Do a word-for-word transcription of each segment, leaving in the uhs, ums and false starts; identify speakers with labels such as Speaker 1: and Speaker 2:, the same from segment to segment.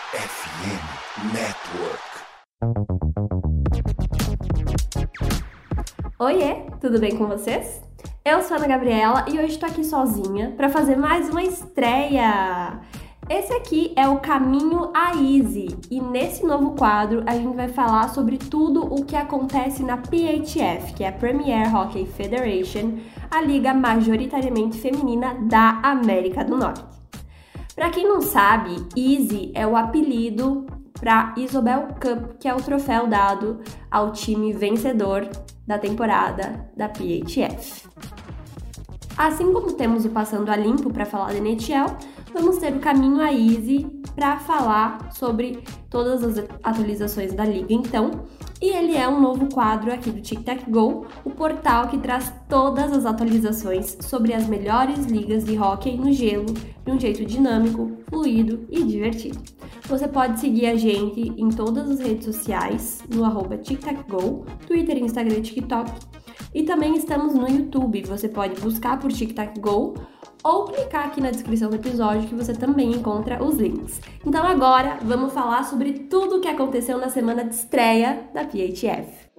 Speaker 1: F M Network.
Speaker 2: Oiê, tudo bem com vocês? Eu sou a Ana Gabriela e hoje estou aqui sozinha para fazer mais uma estreia. Esse aqui é o Caminho à Easy e nesse novo quadro a gente vai falar sobre tudo o que acontece na P H F, que é a Premier Hockey Federation, a liga majoritariamente feminina da América do Norte. Para quem não sabe, Easy é o apelido para Isobel Cup, que é o troféu dado ao time vencedor da temporada da P H F. Assim como temos o Passando a Limpo para falar da N H L, vamos ter o Caminho à Easy para falar sobre todas as atualizações da liga, então. E ele é um novo quadro aqui do Tic Tac Go, o portal que traz todas as atualizações sobre as melhores ligas de hóquei no gelo de um jeito dinâmico, fluido e divertido. Você pode seguir a gente em todas as redes sociais, no arroba Tic Tac Go, Twitter, Instagram e TikTok. E também estamos no YouTube, você pode buscar por Tic Tac Go ou clicar aqui na descrição do episódio que você também encontra os links. Então agora vamos falar sobre tudo o que aconteceu na semana de estreia da P H F.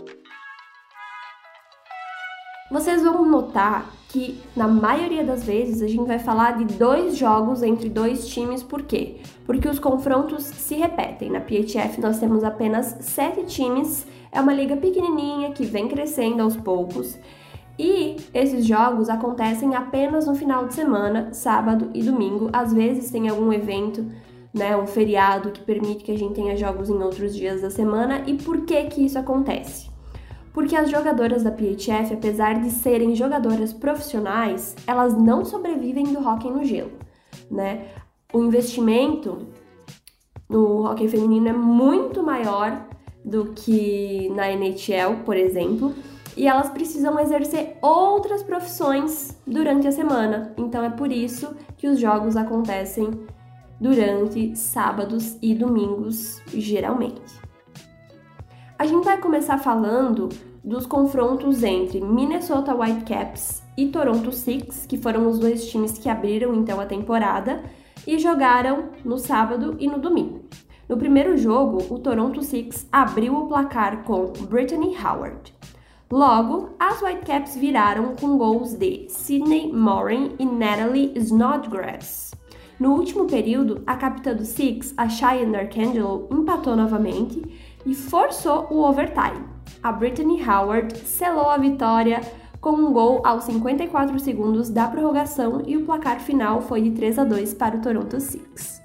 Speaker 2: Vocês vão notar que na maioria das vezes a gente vai falar de dois jogos entre dois times, por quê? Porque os confrontos se repetem. Na P H F nós temos apenas sete times, é uma liga pequenininha que vem crescendo aos poucos. E esses jogos acontecem apenas no final de semana, sábado e domingo. Às vezes tem algum evento, né, um feriado que permite que a gente tenha jogos em outros dias da semana. E por que que isso acontece? Porque as jogadoras da P H F, apesar de serem jogadoras profissionais, elas não sobrevivem do hóquei no gelo, né? O investimento no hóquei feminino é muito maior do que na N H L, por exemplo, e elas precisam exercer outras profissões durante a semana. Então é por isso que os jogos acontecem durante sábados e domingos, geralmente. A gente vai começar falando dos confrontos entre Minnesota Whitecaps e Toronto Six, que foram os dois times que abriram então a temporada e jogaram no sábado e no domingo. No primeiro jogo, o Toronto Six abriu o placar com Brittany Howard. Logo, as Whitecaps viraram com gols de Sydney Morin e Natalie Snodgrass. No último período, a capitã do Six, a Cheyenne Arcangelo, empatou novamente e forçou o overtime. A Brittany Howard selou a vitória com um gol aos cinquenta e quatro segundos da prorrogação e o placar final foi de três a dois para o Toronto Six.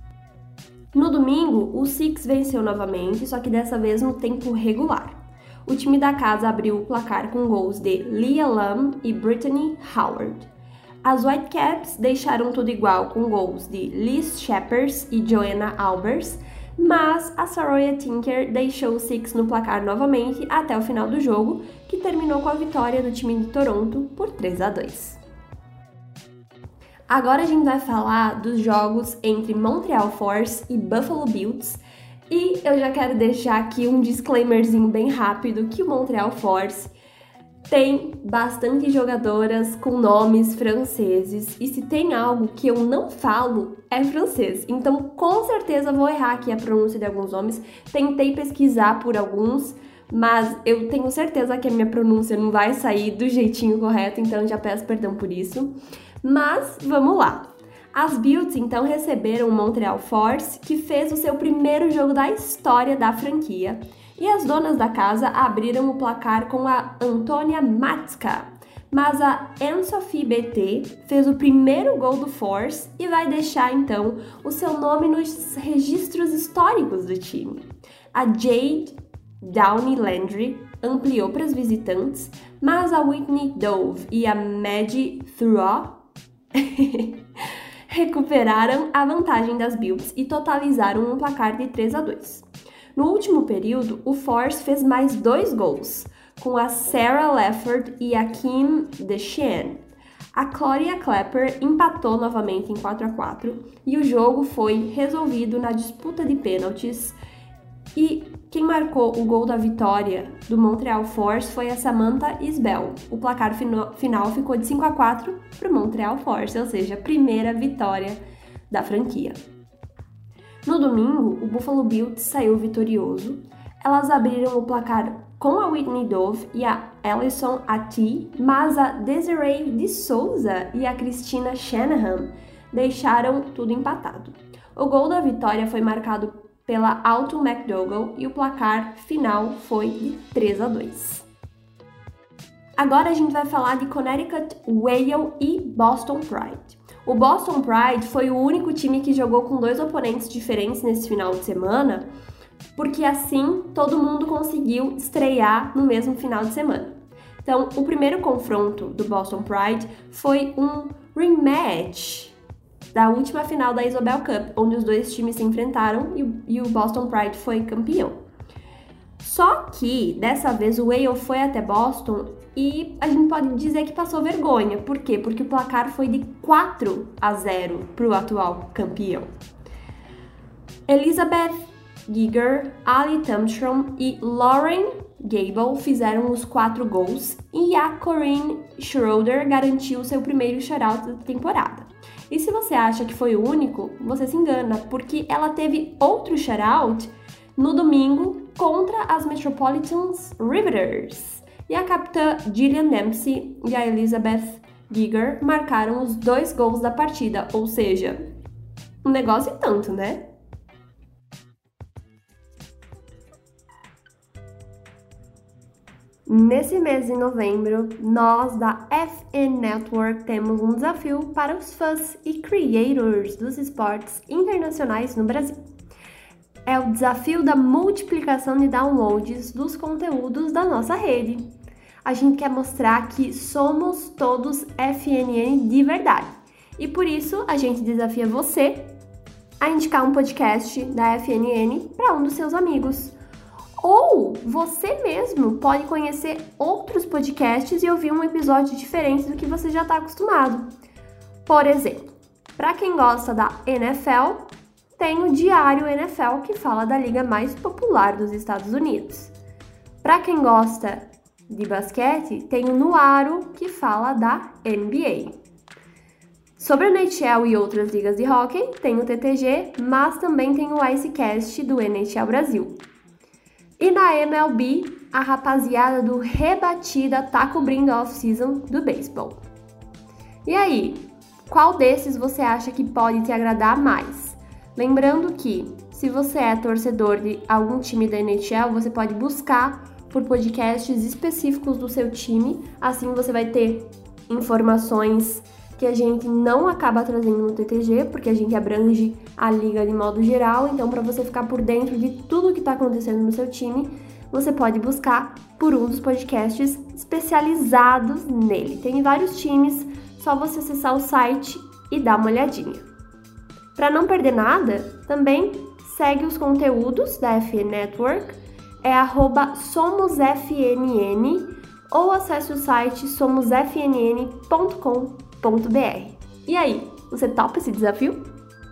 Speaker 2: No domingo, o Six venceu novamente, só que dessa vez no tempo regular. O time da casa abriu o placar com gols de Leah Lam e Brittany Howard. As Whitecaps deixaram tudo igual com gols de Liz Shepers e Joanna Albers, mas a Saroya Tinker deixou o Six no placar novamente até o final do jogo, que terminou com a vitória do time de Toronto por três a dois. Agora a gente vai falar dos jogos entre Montreal Force e Buffalo Bills, e eu já quero deixar aqui um disclaimerzinho bem rápido que o Montreal Force tem bastante jogadoras com nomes franceses e se tem algo que eu não falo é francês. Então com certeza vou errar aqui a pronúncia de alguns nomes. Tentei pesquisar por alguns, mas eu tenho certeza que a minha pronúncia não vai sair do jeitinho correto, então já peço perdão por isso. Mas vamos lá. As Bills, então, receberam o Montreal Force, que fez o seu primeiro jogo da história da franquia, e as donas da casa abriram o placar com a Antônia Matska, mas a Anne-Sophie B T fez o primeiro gol do Force e vai deixar, então, o seu nome nos registros históricos do time. A Jade Downey Landry ampliou para as visitantes, mas a Whitney Dove e a Maddie Thoreau recuperaram a vantagem das Bills e totalizaram um placar de três a dois. No último período, o Force fez mais dois gols, com a Sarah Lefford e a Kim Deschênes. A Claudia Clapper empatou novamente em quatro a quatro e o jogo foi resolvido na disputa de pênaltis. E quem marcou o gol da vitória do Montreal Force foi a Samantha Isbell. O placar fino- final ficou de cinco a quatro para o Montreal Force, ou seja, a primeira vitória da franquia. No domingo, o Buffalo Bills saiu vitorioso. Elas abriram o placar com a Whitney Dove e a Alison Ati, mas a Desiree de Souza e a Christina Shanahan deixaram tudo empatado. O gol da vitória foi marcado pela Alton McDougall e o placar final foi de três a dois. Agora a gente vai falar de Connecticut Whale e Boston Pride. O Boston Pride foi o único time que jogou com dois oponentes diferentes nesse final de semana, porque assim todo mundo conseguiu estrear no mesmo final de semana. Então, o primeiro confronto do Boston Pride foi um rematch da última final da Isobel Cup, onde os dois times se enfrentaram e, e o Boston Pride foi campeão. Só que, dessa vez, o Whale foi até Boston e a gente pode dizer que passou vergonha. Por quê? Porque o placar foi de quatro a zero para o atual campeão. Elizabeth Giger, Ali Tamstrom e Lauren Gable fizeram os quatro gols e a Corinne Schroeder garantiu seu primeiro shutout da temporada. E se você acha que foi o único, você se engana, porque ela teve outro shutout no domingo contra as Metropolitan Riveters. E a capitã Gillian Dempsey e a Elizabeth Giger marcaram os dois gols da partida, ou seja, um negócio e tanto, né? Nesse mês de novembro, nós da F N Network temos um desafio para os fãs e creators dos esportes internacionais no Brasil. É o desafio da multiplicação de downloads dos conteúdos da nossa rede. A gente quer mostrar que somos todos F N N de verdade. E por isso, a gente desafia você a indicar um podcast da F N N para um dos seus amigos. Ou você mesmo pode conhecer outros podcasts e ouvir um episódio diferente do que você já está acostumado. Por exemplo, para quem gosta da N F L, tem o Diário N F L, que fala da liga mais popular dos Estados Unidos. Para quem gosta de basquete, tem o Nuaro, que fala da N B A. Sobre a N H L e outras ligas de hóquei, tem o T T G, mas também tem o Icecast do N H L Brasil. E na M L B, a rapaziada do Rebatida tá cobrindo a off-season do beisebol. E aí, qual desses você acha que pode te agradar mais? Lembrando que, se você é torcedor de algum time da N H L, você pode buscar por podcasts específicos do seu time, assim você vai ter informações que a gente não acaba trazendo no T T G, porque a gente abrange a liga de modo geral. Então, para você ficar por dentro de tudo que está acontecendo no seu time, você pode buscar por um dos podcasts especializados nele. Tem vários times, só você acessar o site e dar uma olhadinha. Para não perder nada, também segue os conteúdos da F N Network, é arroba somosfnn ou acesse o site somos f n n ponto com ponto b r. E aí, você topa esse desafio?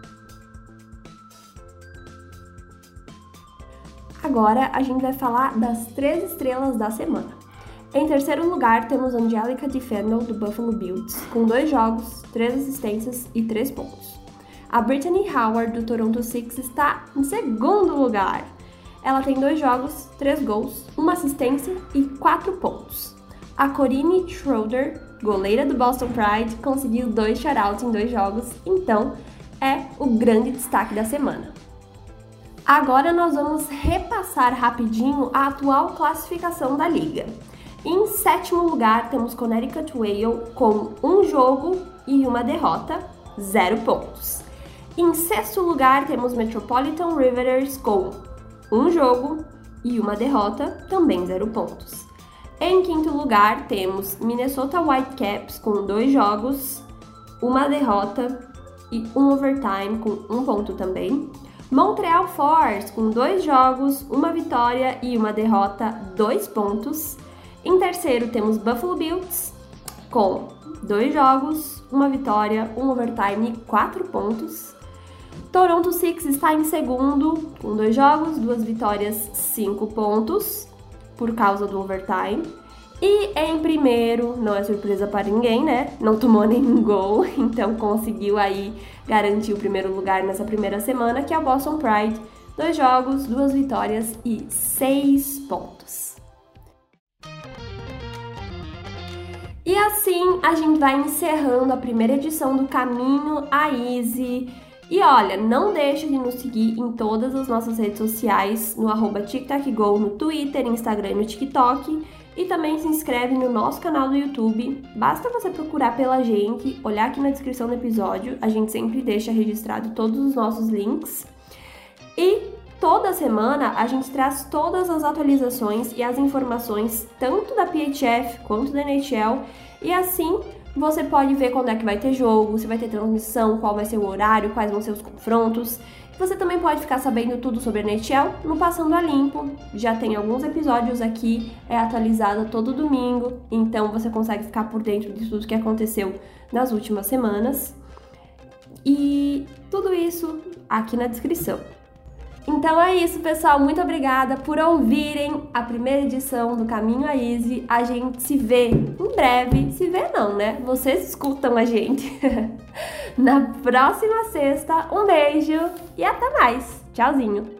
Speaker 2: Agora a gente vai falar das três estrelas da semana. Em terceiro lugar, temos Angelica Defendel, do Buffalo Bills, com dois jogos, três assistências e três pontos. A Brittany Howard, do Toronto Six, está em segundo lugar. Ela tem dois jogos, três gols, uma assistência e quatro pontos. A Corinne Schroeder, goleira do Boston Pride, conseguiu dois shutouts em dois jogos, então é o grande destaque da semana. Agora nós vamos repassar rapidinho a atual classificação da liga. Em sétimo lugar temos Connecticut Whale com um jogo e uma derrota, zero pontos. Em sexto lugar temos Metropolitan Riveters com um jogo e uma derrota, também zero pontos. Em quinto lugar, temos Minnesota Whitecaps com dois jogos, uma derrota e um overtime com um ponto também. Montreal Force com dois jogos, uma vitória e uma derrota, dois pontos. Em terceiro, temos Buffalo Bills com dois jogos, uma vitória, um overtime e quatro pontos. Toronto Six está em segundo, com dois jogos, duas vitórias, cinco pontos, por causa do overtime. E em primeiro, não é surpresa para ninguém, né? Não tomou nenhum gol, então conseguiu aí garantir o primeiro lugar nessa primeira semana, que é o Boston Pride. Dois jogos, duas vitórias e seis pontos. E assim a gente vai encerrando a primeira edição do Caminho à Easy. E olha, não deixe de nos seguir em todas as nossas redes sociais, no arroba TicTacGo, no Twitter, Instagram e no TikTok. E também se inscreve no nosso canal do YouTube. Basta você procurar pela gente, olhar aqui na descrição do episódio. A gente sempre deixa registrado todos os nossos links. E toda semana a gente traz todas as atualizações e as informações, tanto da P H F quanto da N H L. E assim você pode ver quando é que vai ter jogo, se vai ter transmissão, qual vai ser o horário, quais vão ser os confrontos. Você também pode ficar sabendo tudo sobre a N H L no Passando a Limpo. Já tem alguns episódios aqui, é atualizado todo domingo, então você consegue ficar por dentro de tudo que aconteceu nas últimas semanas. E tudo isso aqui na descrição. Então é isso, pessoal. Muito obrigada por ouvirem a primeira edição do Caminho à Easy. A gente se vê em breve. Se vê não, né? Vocês escutam a gente na próxima sexta. Um beijo e até mais. Tchauzinho.